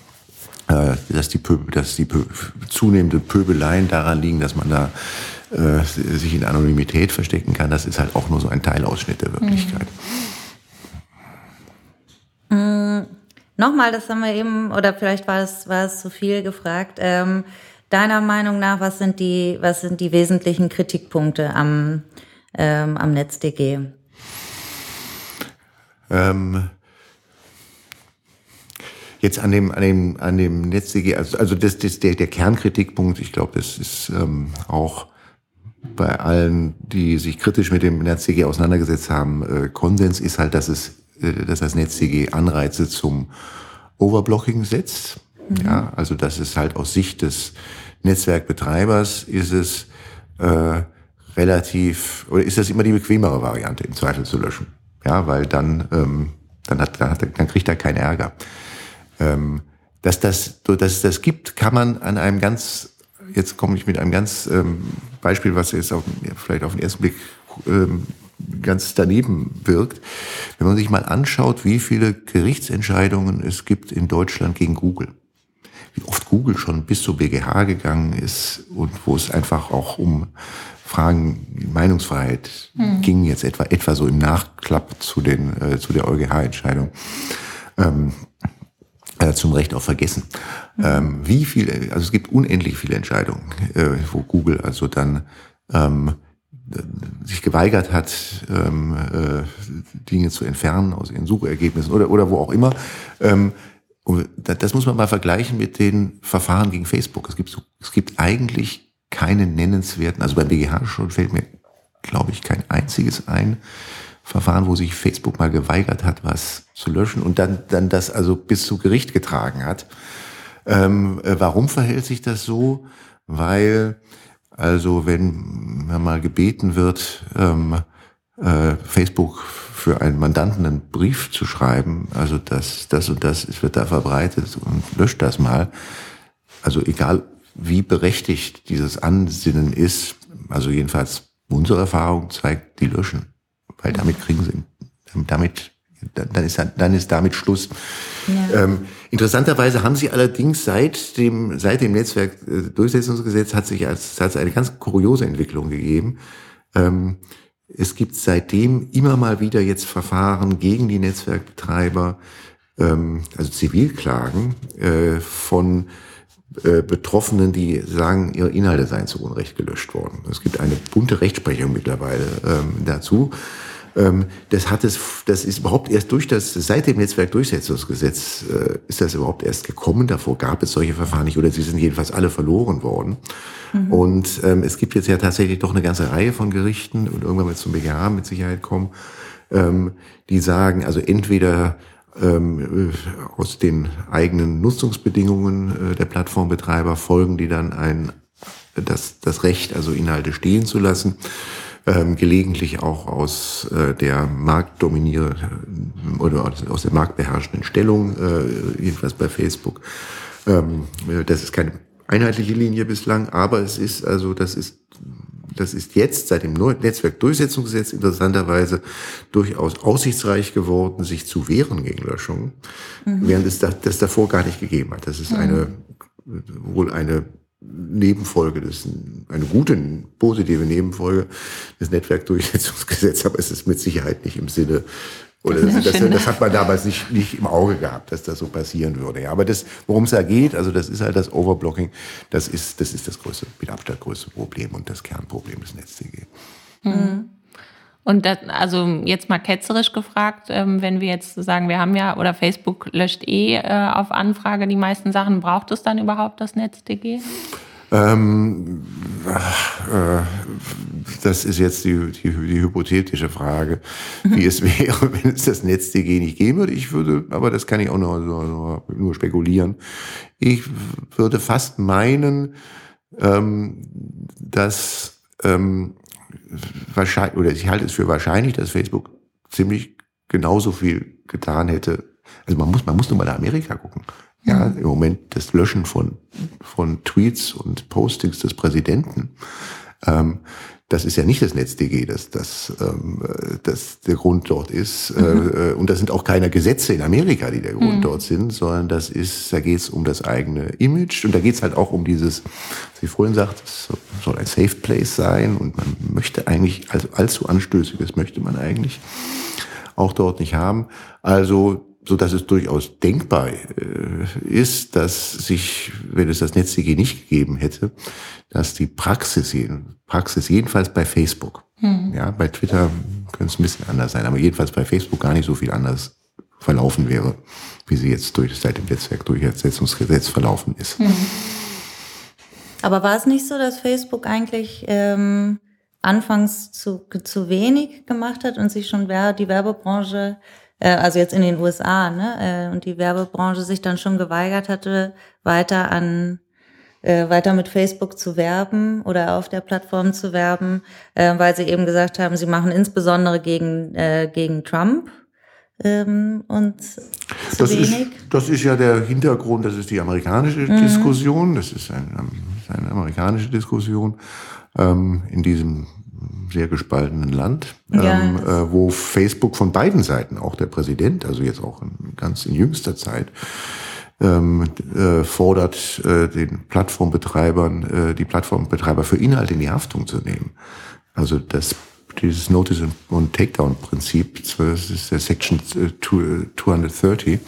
dass die zunehmende Pöbeleien daran liegen, dass man da sich in Anonymität verstecken kann. Das ist halt auch nur so ein Teilausschnitt der Wirklichkeit. Nochmal, das haben wir eben, oder vielleicht war es zu viel gefragt. Deiner Meinung nach, was sind die wesentlichen Kritikpunkte am NetzDG? Jetzt an dem NetzDG, also der Kernkritikpunkt, ich glaube, das ist auch bei allen, die sich kritisch mit dem NetzDG auseinandergesetzt haben, Konsens ist halt, dass das NetzDG Anreize zum Overblocking setzt. Ja, also dass es halt aus Sicht des Netzwerkbetreibers ist es ist das immer die bequemere Variante, im Zweifel zu löschen. Ja, weil dann kriegt er keinen Ärger. Dass es das gibt, kann man an einem jetzt komme ich mit einem ganz Beispiel, was jetzt vielleicht auf den ersten Blick ganz daneben wirkt. Wenn man sich mal anschaut, wie viele Gerichtsentscheidungen es gibt in Deutschland gegen Google, wie oft Google schon bis zur BGH gegangen ist und wo es einfach auch um Fragen Meinungsfreiheit ging, jetzt etwa so im Nachklapp zu der EuGH-Entscheidung. Zum Recht auf Vergessen. Also es gibt unendlich viele Entscheidungen, wo Google also dann sich geweigert hat, Dinge zu entfernen aus ihren Suchergebnissen oder wo auch immer. Das muss man mal vergleichen mit den Verfahren gegen Facebook. Es gibt eigentlich keine nennenswerten, also beim BGH schon fällt mir, glaube ich, kein einziges ein Verfahren, wo sich Facebook mal geweigert hat, was zu löschen und dann das also bis zu Gericht getragen hat. Warum verhält sich das so? Weil, also wenn man mal gebeten wird, Facebook für einen Mandanten einen Brief zu schreiben, also das und das wird da verbreitet und löscht das mal. Also egal wie berechtigt dieses Ansinnen ist, also jedenfalls unsere Erfahrung zeigt, die löschen. Weil damit kriegen sie, dann ist damit Schluss. Ja. Interessanterweise haben sie allerdings seit dem Netzwerkdurchsetzungsgesetz hat es eine ganz kuriose Entwicklung gegeben. Es gibt seitdem immer mal wieder jetzt Verfahren gegen die Netzwerkbetreiber, also Zivilklagen von Betroffenen, die sagen, ihre Inhalte seien zu Unrecht gelöscht worden. Es gibt eine bunte Rechtsprechung mittlerweile dazu. Das ist überhaupt erst seit dem Netzwerkdurchsetzungsgesetz ist das überhaupt erst gekommen. Davor gab es solche Verfahren nicht oder sie sind jedenfalls alle verloren worden. Und es gibt jetzt ja tatsächlich doch eine ganze Reihe von Gerichten und irgendwann wird es zum BGH mit Sicherheit kommen, die sagen, also entweder aus den eigenen Nutzungsbedingungen der Plattformbetreiber folgen die dann das Recht, also Inhalte stehen zu lassen, gelegentlich auch aus der oder aus der marktbeherrschenden Stellung, jedenfalls bei Facebook. Das ist keine einheitliche Linie bislang, aber das ist jetzt seit dem Netzwerkdurchsetzungsgesetz interessanterweise durchaus aussichtsreich geworden, sich zu wehren gegen Löschungen, während es das davor gar nicht gegeben hat. Das ist wohl eine Nebenfolge, eine gute, positive Nebenfolge des Netzwerkdurchsetzungsgesetzes, aber es ist mit Sicherheit nicht im Sinne, oder das hat man damals nicht im Auge gehabt, dass das so passieren würde. Ja, aber worum es da geht, also das ist halt das Overblocking, das ist das mit Abstand größte Problem und das Kernproblem des NetzDG. Und also jetzt mal ketzerisch gefragt, wenn wir jetzt sagen, wir haben ja, oder Facebook löscht auf Anfrage die meisten Sachen, braucht es dann überhaupt das NetzDG? Das ist jetzt die hypothetische Frage, wie es wäre, wenn es das NetzDG nicht geben würde. Aber das kann ich auch nur spekulieren. Ich würde fast meinen, dass wahrscheinlich, oder ich halte es für wahrscheinlich, dass Facebook ziemlich genauso viel getan hätte. Also man muss nur mal nach Amerika gucken. Ja, im Moment das Löschen von Tweets und Postings des Präsidenten. Das ist ja nicht das NetzDG, das der Grund dort ist. Und das sind auch keine Gesetze in Amerika, die der Grund dort sind, sondern da geht's um das eigene Image. Und da geht's halt auch um dieses, was ich vorhin sagte, es soll ein Safe Place sein. Und man möchte eigentlich, also allzu Anstößiges möchte man eigentlich auch dort nicht haben. Also, so dass es durchaus denkbar ist, dass sich, wenn es das NetzDG nicht gegeben hätte, dass die Praxis jedenfalls bei Facebook, ja, bei Twitter könnte es ein bisschen anders sein, aber jedenfalls bei Facebook gar nicht so viel anders verlaufen wäre, wie sie jetzt seit dem Netzwerkdurchsetzungsgesetz verlaufen ist. Aber war es nicht so, dass Facebook eigentlich anfangs zu wenig gemacht hat und sich schon die Werbebranche, also jetzt in den USA, ne, und die Werbebranche sich dann schon geweigert hatte, weiter mit Facebook zu werben oder auf der Plattform zu werben, weil sie eben gesagt haben, sie machen insbesondere gegen Trump und zu wenig. Das ist ja der Hintergrund, das ist die amerikanische Diskussion, das ist eine amerikanische Diskussion in diesem sehr gespaltenen Land, wo Facebook von beiden Seiten, auch der Präsident, also jetzt auch in jüngster Zeit, fordert den Plattformbetreibern, die Plattformbetreiber für Inhalte in die Haftung zu nehmen. Also dieses Notice- und Takedown-Prinzip, das ist der Section 230,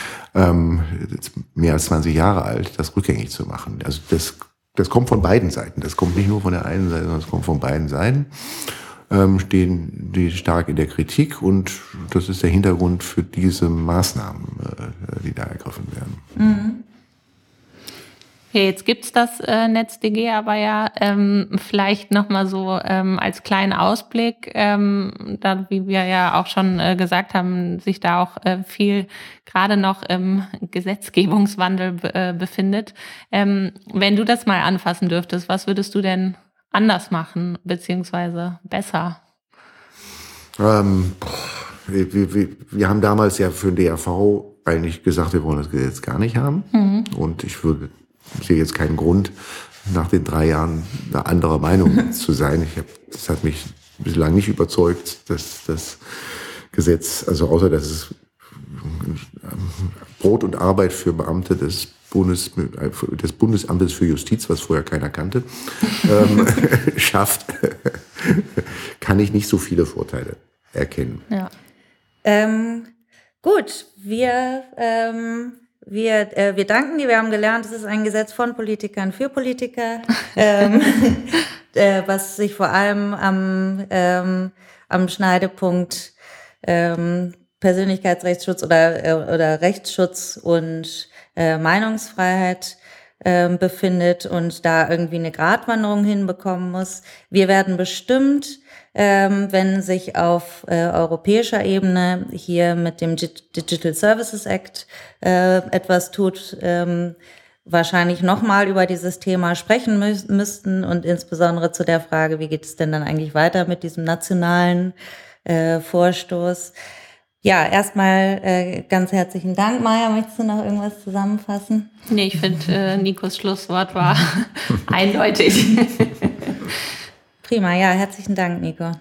mehr als 20 Jahre alt, das rückgängig zu machen. Also das kommt von beiden Seiten. Das kommt nicht nur von der einen Seite, sondern es kommt von beiden Seiten. Stehen die stark in der Kritik und das ist der Hintergrund für diese Maßnahmen, die da ergriffen werden. Okay, jetzt gibt's das NetzDG aber ja vielleicht nochmal so als kleinen Ausblick, da, wie wir ja auch schon gesagt haben, sich da auch viel gerade noch im Gesetzgebungswandel befindet. Wenn du das mal anfassen dürftest, was würdest du denn anders machen, beziehungsweise besser? Wir haben damals ja für den DRV eigentlich gesagt, wir wollen das Gesetz gar nicht haben. Und ich sehe jetzt keinen Grund, nach den 3 Jahren eine andere Meinung zu sein. Das hat mich bislang nicht überzeugt, dass das Gesetz, also außer dass es Brot und Arbeit für Beamte des Bundesamtes für Justiz, was vorher keiner kannte, schafft, kann ich nicht so viele Vorteile erkennen. Ja. Gut, wir danken dir. Wir haben gelernt, es ist ein Gesetz von Politikern für Politiker, was sich vor allem am Schneidepunkt Persönlichkeitsrechtsschutz oder Rechtsschutz und Meinungsfreiheit befindet und da irgendwie eine Gratwanderung hinbekommen muss. Wir werden bestimmt, wenn sich auf europäischer Ebene hier mit dem Digital Services Act etwas tut, wahrscheinlich nochmal über dieses Thema sprechen müssten und insbesondere zu der Frage, wie geht es denn dann eigentlich weiter mit diesem nationalen Vorstoß. Ja, erstmal ganz herzlichen Dank. Maja, möchtest du noch irgendwas zusammenfassen? Nee, ich finde, Nikos Schlusswort war eindeutig. Prima, ja, herzlichen Dank, Nico.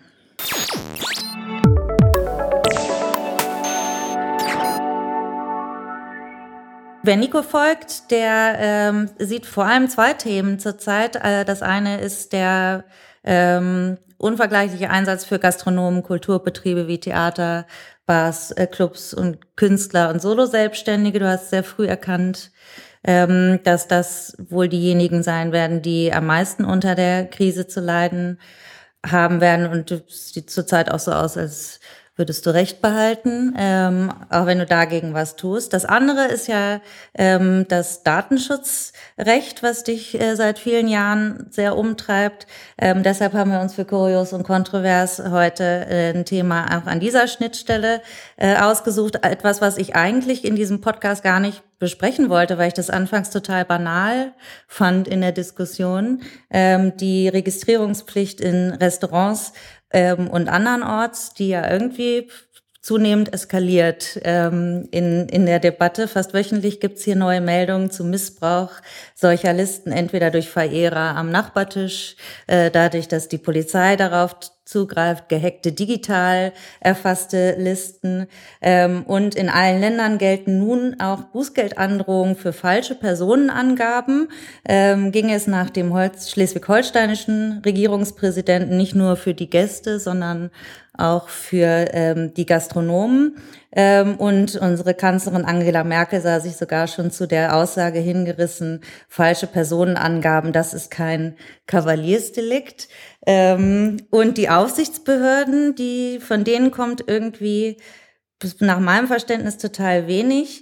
Wer Nico folgt, der sieht vor allem 2 Themen zurzeit. Das eine ist der unvergleichliche Einsatz für Gastronomen, Kulturbetriebe wie Theater, Bars, Clubs und Künstler und Solo-Selbstständige. Du hast sehr früh erkannt, dass das wohl diejenigen sein werden, die am meisten unter der Krise zu leiden haben werden. Und es sieht zurzeit auch so aus, als würdest du Recht behalten, auch wenn du dagegen was tust. Das andere ist ja das Datenschutzrecht, was dich seit vielen Jahren sehr umtreibt. Deshalb haben wir uns für Kurios und Kontrovers heute ein Thema auch an dieser Schnittstelle ausgesucht. Etwas, was ich eigentlich in diesem Podcast gar nicht besprechen wollte, weil ich das anfangs total banal fand in der Diskussion. Die Registrierungspflicht in Restaurants und andernorts, die ja irgendwie zunehmend eskaliert in der Debatte. Fast wöchentlich gibt's hier neue Meldungen zu Missbrauch solcher Listen, entweder durch Verehrer am Nachbartisch, dadurch, dass die Polizei darauf zugreift, gehackte digital erfasste Listen. Und in allen Ländern gelten nun auch Bußgeldandrohungen für falsche Personenangaben. Ging es nach dem schleswig-holsteinischen Regierungspräsidenten nicht nur für die Gäste, sondern auch für die Gastronomen. Und unsere Kanzlerin Angela Merkel sah sich sogar schon zu der Aussage hingerissen, falsche Personenangaben, das ist kein Kavaliersdelikt. Und die Aufsichtsbehörden, von denen kommt irgendwie nach meinem Verständnis total wenig.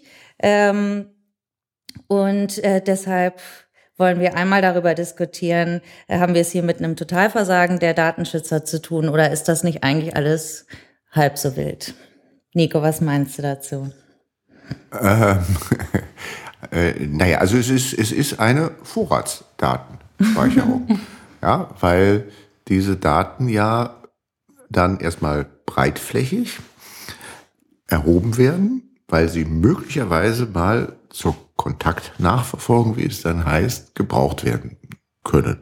Deshalb wollen wir einmal darüber diskutieren, haben wir es hier mit einem Totalversagen der Datenschützer zu tun oder ist das nicht eigentlich alles halb so wild? Nico, was meinst du dazu? Naja, also es ist eine Vorratsdatenspeicherung, ja, weil diese Daten ja dann erstmal breitflächig erhoben werden, weil sie möglicherweise mal zur Kontaktnachverfolgung, wie es dann heißt, gebraucht werden können.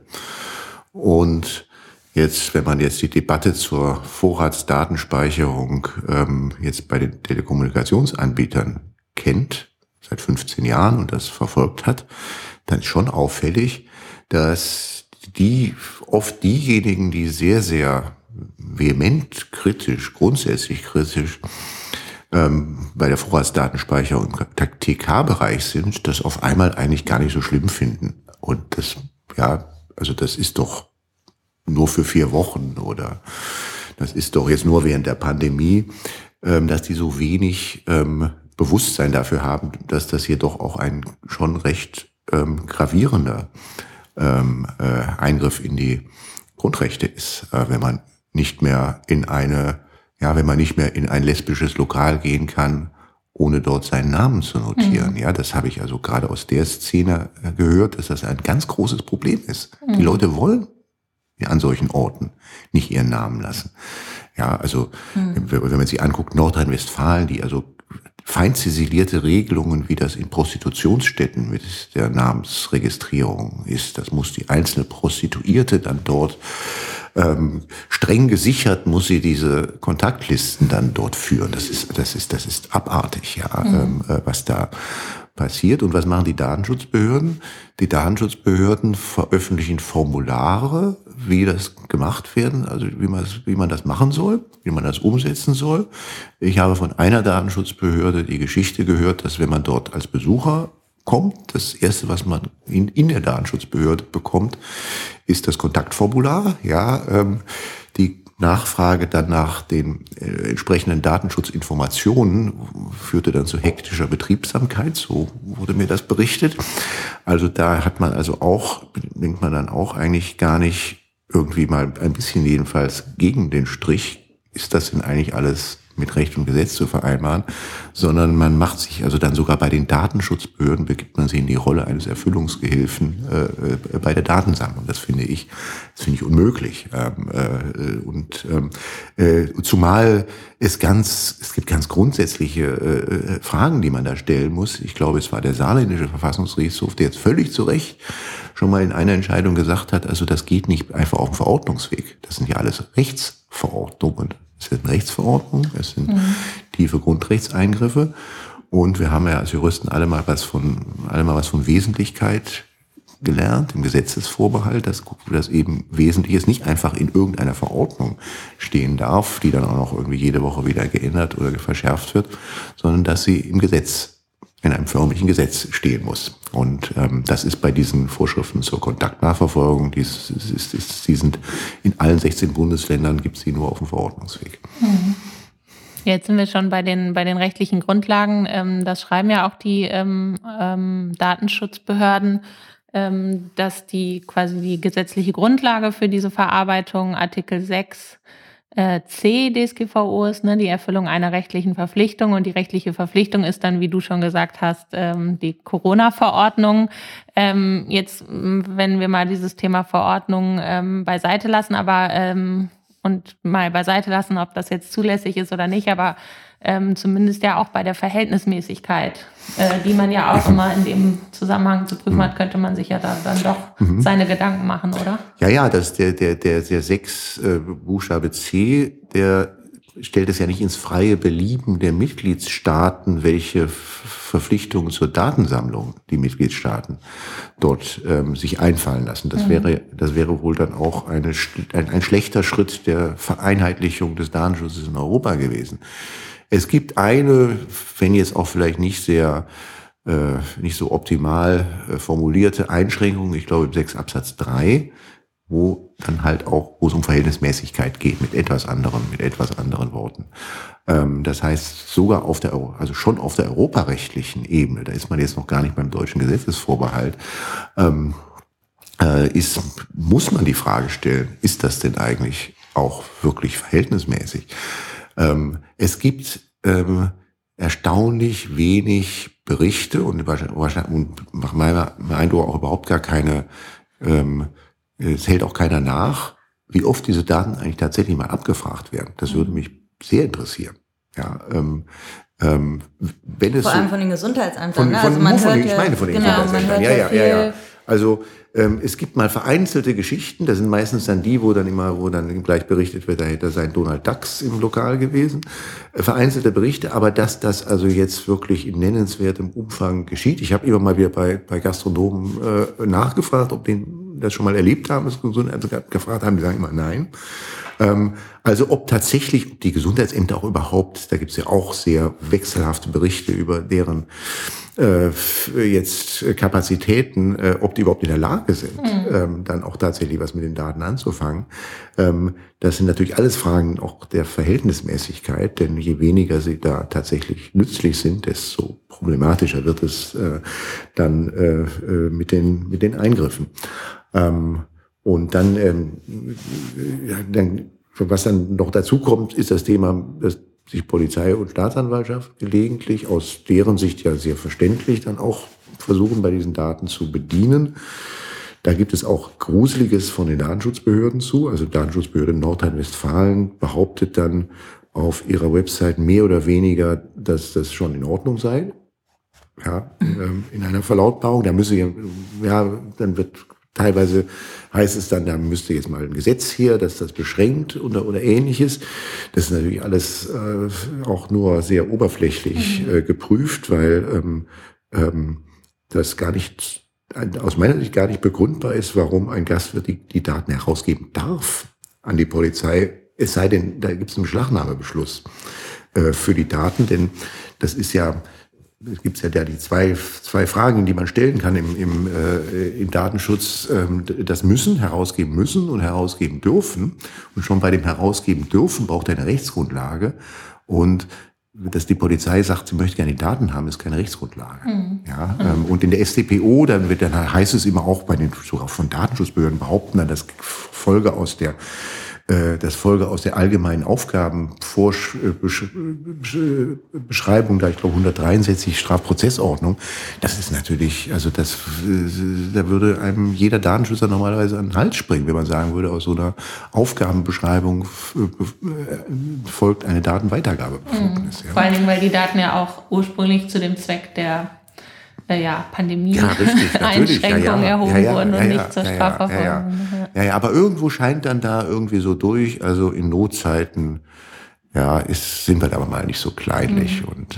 Und jetzt, wenn man jetzt die Debatte zur Vorratsdatenspeicherung jetzt bei den Telekommunikationsanbietern kennt, seit 15 Jahren und das verfolgt hat, dann ist schon auffällig, dass oft diejenigen, die sehr, sehr vehement kritisch, grundsätzlich kritisch bei der Vorratsdatenspeicherung im TK-Bereich sind, das auf einmal eigentlich gar nicht so schlimm finden. Und das ist doch nur für 4 Wochen oder das ist doch jetzt nur während der Pandemie, dass die so wenig Bewusstsein dafür haben, dass das hier doch auch ein schon recht gravierender Eingriff in die Grundrechte ist, wenn man nicht mehr in ein lesbisches Lokal gehen kann, ohne dort seinen Namen zu notieren. Mhm. Ja, das habe ich also gerade aus der Szene gehört, dass das ein ganz großes Problem ist. Mhm. Die Leute wollen an solchen Orten nicht ihren Namen lassen. Ja, also wenn man sich anguckt, Nordrhein-Westfalen, die also fein ziselierte Regelungen, wie das in Prostitutionsstätten mit der Namensregistrierung ist. Das muss die einzelne Prostituierte dann dort streng gesichert, muss sie diese Kontaktlisten dann dort führen. Das ist abartig, ja, was da passiert. Und was machen die Datenschutzbehörden? Die Datenschutzbehörden veröffentlichen Formulare, wie das gemacht werden, also wie man das machen soll, wie man das umsetzen soll. Ich habe von einer Datenschutzbehörde die Geschichte gehört, dass wenn man dort als Besucher kommt, das erste, was man in der Datenschutzbehörde bekommt, ist das Kontaktformular. Ja, die Nachfrage dann nach den entsprechenden Datenschutzinformationen führte dann zu hektischer Betriebsamkeit, so wurde mir das berichtet. Also da hat man denkt man dann auch eigentlich gar nicht irgendwie mal ein bisschen jedenfalls gegen den Strich, ist das denn eigentlich alles mit Recht und Gesetz zu vereinbaren, sondern man macht sich, also dann sogar bei den Datenschutzbehörden begibt man sich in die Rolle eines Erfüllungsgehilfen bei der Datensammlung. Das finde ich unmöglich. Zumal es gibt ganz grundsätzliche Fragen, die man da stellen muss. Ich glaube, es war der saarländische Verfassungsgerichtshof, der jetzt völlig zu Recht schon mal in einer Entscheidung gesagt hat, also das geht nicht einfach auf dem Verordnungsweg. Das sind ja alles Rechtsverordnungen. Es sind Rechtsverordnungen, es sind tiefe Grundrechtseingriffe. Und wir haben ja als Juristen alle mal was von Wesentlichkeit gelernt, im Gesetzesvorbehalt, dass eben Wesentliches nicht einfach in irgendeiner Verordnung stehen darf, die dann auch noch irgendwie jede Woche wieder geändert oder verschärft wird, sondern dass sie im Gesetz, in einem förmlichen Gesetz stehen muss. Und das ist bei diesen Vorschriften zur Kontaktnachverfolgung, die sind in allen 16 Bundesländern, gibt es die nur auf dem Verordnungsweg. Jetzt sind wir schon bei den rechtlichen Grundlagen. Das schreiben ja auch die Datenschutzbehörden, dass die quasi die gesetzliche Grundlage für diese Verarbeitung Artikel 6 C DSGVO ist, ne, die Erfüllung einer rechtlichen Verpflichtung. Und die rechtliche Verpflichtung ist dann, wie du schon gesagt hast, die Corona-Verordnung. Jetzt, wenn wir mal dieses Thema Verordnung beiseite lassen, ob das jetzt zulässig ist oder nicht, aber zumindest ja auch bei der Verhältnismäßigkeit, die man ja auch immer in dem Zusammenhang zu prüfen hat, könnte man sich ja da dann doch seine Gedanken machen, oder? Ja, das der 6 Buchstabe C, der stellt es ja nicht ins freie Belieben der Mitgliedstaaten, welche Verpflichtungen zur Datensammlung die Mitgliedstaaten dort sich einfallen lassen. Das wäre wohl dann auch ein schlechter Schritt der Vereinheitlichung des Datenschutzes in Europa gewesen. Es gibt eine, wenn jetzt auch vielleicht nicht so optimal formulierte Einschränkung, ich glaube im 6 Absatz 3, wo dann halt auch, wo es um Verhältnismäßigkeit geht, mit etwas anderen Worten. Das heißt, sogar schon auf der europarechtlichen Ebene, da ist man jetzt noch gar nicht beim deutschen Gesetzesvorbehalt, muss man die Frage stellen, ist das denn eigentlich auch wirklich verhältnismäßig? Es gibt erstaunlich wenig Berichte und nach meinem Eindruck auch überhaupt gar keine, es hält auch keiner nach, wie oft diese Daten eigentlich tatsächlich mal abgefragt werden. Das würde mich sehr interessieren. Ja, wenn es vor allem von den Gesundheitsämtern. Ich meine von den Gesundheitsämtern. Ja. Also es gibt mal vereinzelte Geschichten, das sind meistens dann die, wo dann gleich berichtet wird, da hätte sein Donald Ducks im Lokal gewesen. Vereinzelte Berichte, aber dass das also jetzt wirklich in nennenswertem Umfang geschieht. Ich habe immer mal wieder bei Gastronomen nachgefragt, ob die das schon mal erlebt haben, das Gesundheitsämter gefragt haben, die sagen immer nein. Also ob die Gesundheitsämter auch überhaupt, da gibt es ja auch sehr wechselhafte Berichte über deren jetzt Kapazitäten, ob die überhaupt in der Lage sind, dann auch tatsächlich was mit den Daten anzufangen. Das sind natürlich alles Fragen auch der Verhältnismäßigkeit, denn je weniger sie da tatsächlich nützlich sind, desto problematischer wird es dann mit den Eingriffen. Und dann, was dann noch dazu kommt, ist das Thema, dass sich Polizei und Staatsanwaltschaft gelegentlich, aus deren Sicht ja sehr verständlich, dann auch versuchen, bei diesen Daten zu bedienen. Da gibt es auch Gruseliges von den Datenschutzbehörden zu. Also Datenschutzbehörde Nordrhein-Westfalen behauptet dann auf ihrer Website mehr oder weniger, dass das schon in Ordnung sei. Ja, in einer Verlautbarung. Da dann wird teilweise heißt es dann, da müsste jetzt mal ein Gesetz hier, dass das beschränkt oder ähnliches. Das ist natürlich alles auch nur sehr oberflächlich geprüft, weil das aus meiner Sicht gar nicht begründbar ist, warum ein Gastwirt die Daten herausgeben darf an die Polizei, es sei denn, da gibt es einen Beschlagnahmebeschluss für die Daten, denn das ist ja, es gibt ja die zwei Fragen, die man stellen kann im Datenschutz, das herausgeben müssen und herausgeben dürfen. Und schon bei dem herausgeben dürfen braucht er eine Rechtsgrundlage. Und dass die Polizei sagt, sie möchte gerne die Daten haben, ist keine Rechtsgrundlage. Ja, und in der StPO, dann heißt es immer auch sogar von Datenschutzbehörden behaupten dann, dass Folge aus der allgemeinen Aufgabenbeschreibung, da ich glaube 163 Strafprozessordnung, das ist natürlich, also da würde einem jeder Datenschützer normalerweise an den Hals springen, wenn man sagen würde, aus so einer Aufgabenbeschreibung folgt eine Datenweitergabebefugnis. Ja. Vor allen Dingen, weil die Daten ja auch ursprünglich zu dem Zweck der Pandemie-Einschränkungen erhoben wurden und nicht zur Strafverfolgung. Ja, aber irgendwo scheint dann da irgendwie so durch, also in Notzeiten, sind wir aber mal nicht so kleinlich. Und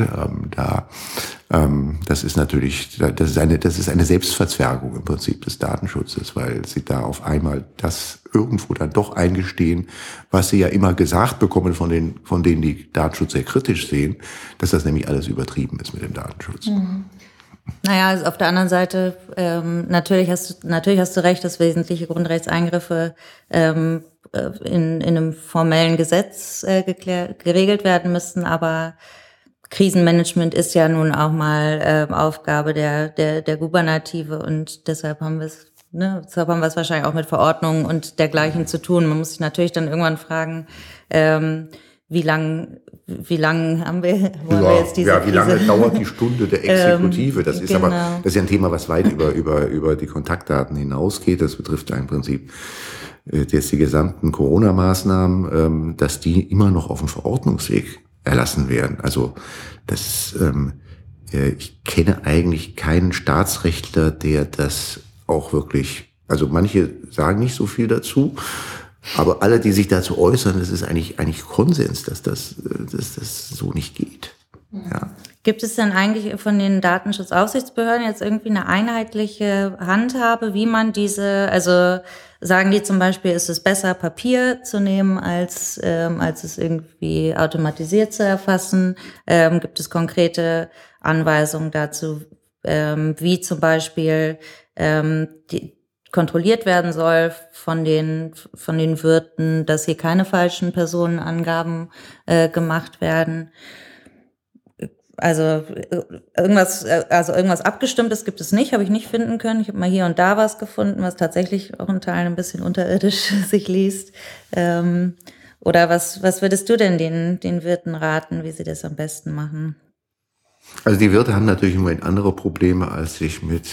das ist natürlich, das ist eine Selbstverzwergung im Prinzip des Datenschutzes, weil sie da auf einmal das irgendwo dann doch eingestehen, was sie ja immer gesagt bekommen von denen die Datenschutz sehr kritisch sehen, dass das nämlich alles übertrieben ist mit dem Datenschutz. Naja, also auf der anderen Seite, natürlich hast du recht, dass wesentliche Grundrechtseingriffe in einem formellen Gesetz geregelt werden müssten, aber Krisenmanagement ist ja nun auch mal Aufgabe der Gubernative und deshalb haben wir es wahrscheinlich auch mit Verordnungen und dergleichen zu tun. Man muss sich natürlich dann irgendwann fragen, wie lang haben wir jetzt diese Krise? Wie lange dauert die Stunde der Exekutive? Das ist aber, das ist ja ein Thema, was weit über die Kontaktdaten hinausgeht. Das betrifft ja im Prinzip jetzt die gesamten Corona-Maßnahmen, dass die immer noch auf dem Verordnungsweg erlassen werden. Also ich kenne eigentlich keinen Staatsrechtler, der das auch wirklich, also manche sagen nicht so viel dazu, aber alle, die sich dazu äußern, das ist eigentlich Konsens, dass das so nicht geht. Ja. Gibt es denn eigentlich von den Datenschutzaufsichtsbehörden jetzt irgendwie eine einheitliche Handhabe, wie man also sagen die zum Beispiel, ist es besser, Papier zu nehmen, als es irgendwie automatisiert zu erfassen? Gibt es konkrete Anweisungen dazu, wie zum Beispiel die kontrolliert werden soll von den Wirten, dass hier keine falschen Personenangaben gemacht werden? Also irgendwas Abgestimmtes gibt es nicht, habe ich nicht finden können. Ich habe mal hier und da was gefunden, was tatsächlich auch in Teilen ein bisschen unterirdisch sich liest. Oder was würdest du denn den Wirten raten, wie sie das am besten machen? Also die Wirte haben natürlich im Moment andere Probleme, als sich mit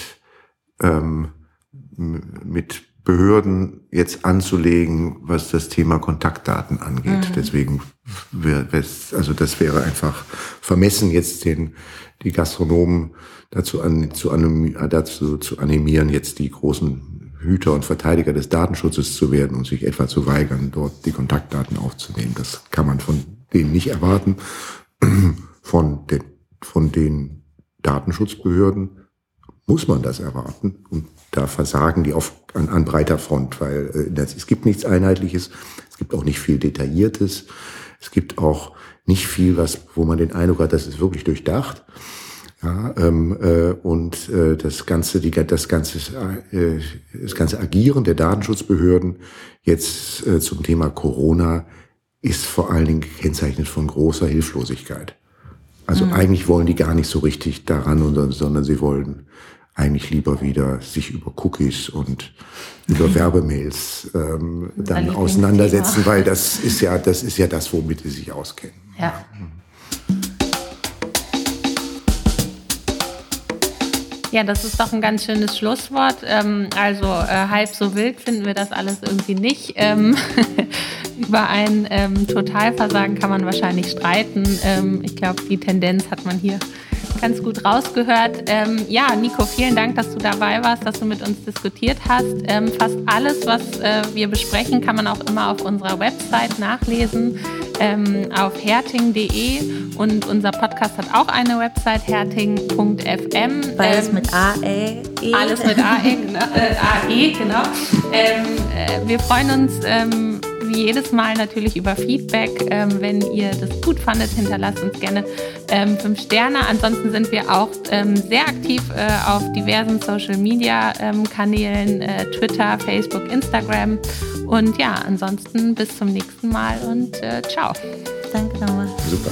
Behörden jetzt anzulegen, was das Thema Kontaktdaten angeht. Deswegen das wäre einfach vermessen, jetzt die Gastronomen dazu zu animieren, jetzt die großen Hüter und Verteidiger des Datenschutzes zu werden und sich etwa zu weigern, dort die Kontaktdaten aufzunehmen. Das kann man von denen nicht erwarten. Von den Datenschutzbehörden muss man das erwarten. Und da versagen die an breiter Front, weil es gibt nichts Einheitliches, es gibt auch nicht viel Detailliertes, es gibt auch nicht viel, wo man den Eindruck hat, das ist wirklich durchdacht. Ja, und das ganze Agieren der Datenschutzbehörden jetzt zum Thema Corona ist vor allen Dingen gekennzeichnet von großer Hilflosigkeit. Also eigentlich wollen die gar nicht so richtig daran, sondern sie wollen eigentlich lieber wieder sich über Cookies und über Werbemails dann auseinandersetzen, weil das ist ja das, womit sie sich auskennen. Ja. Ja, das ist doch ein ganz schönes Schlusswort. Halb so wild finden wir das alles irgendwie nicht. Über ein Totalversagen kann man wahrscheinlich streiten. Ich glaube, die Tendenz hat man hier ganz gut rausgehört. Nico, vielen Dank, dass du dabei warst, dass du mit uns diskutiert hast. Fast alles, was wir besprechen, kann man auch immer auf unserer Website nachlesen, auf herting.de. Und unser Podcast hat auch eine Website, herting.fm. Beides mit AE. Alles mit AE, genau. Wir freuen uns wie jedes Mal natürlich über Feedback. Wenn ihr das gut fandet, hinterlasst uns gerne 5 Sterne. Ansonsten sind wir auch sehr aktiv auf diversen Social-Media-Kanälen, Twitter, Facebook, Instagram. Und ja, ansonsten bis zum nächsten Mal und ciao. Danke nochmal. Super.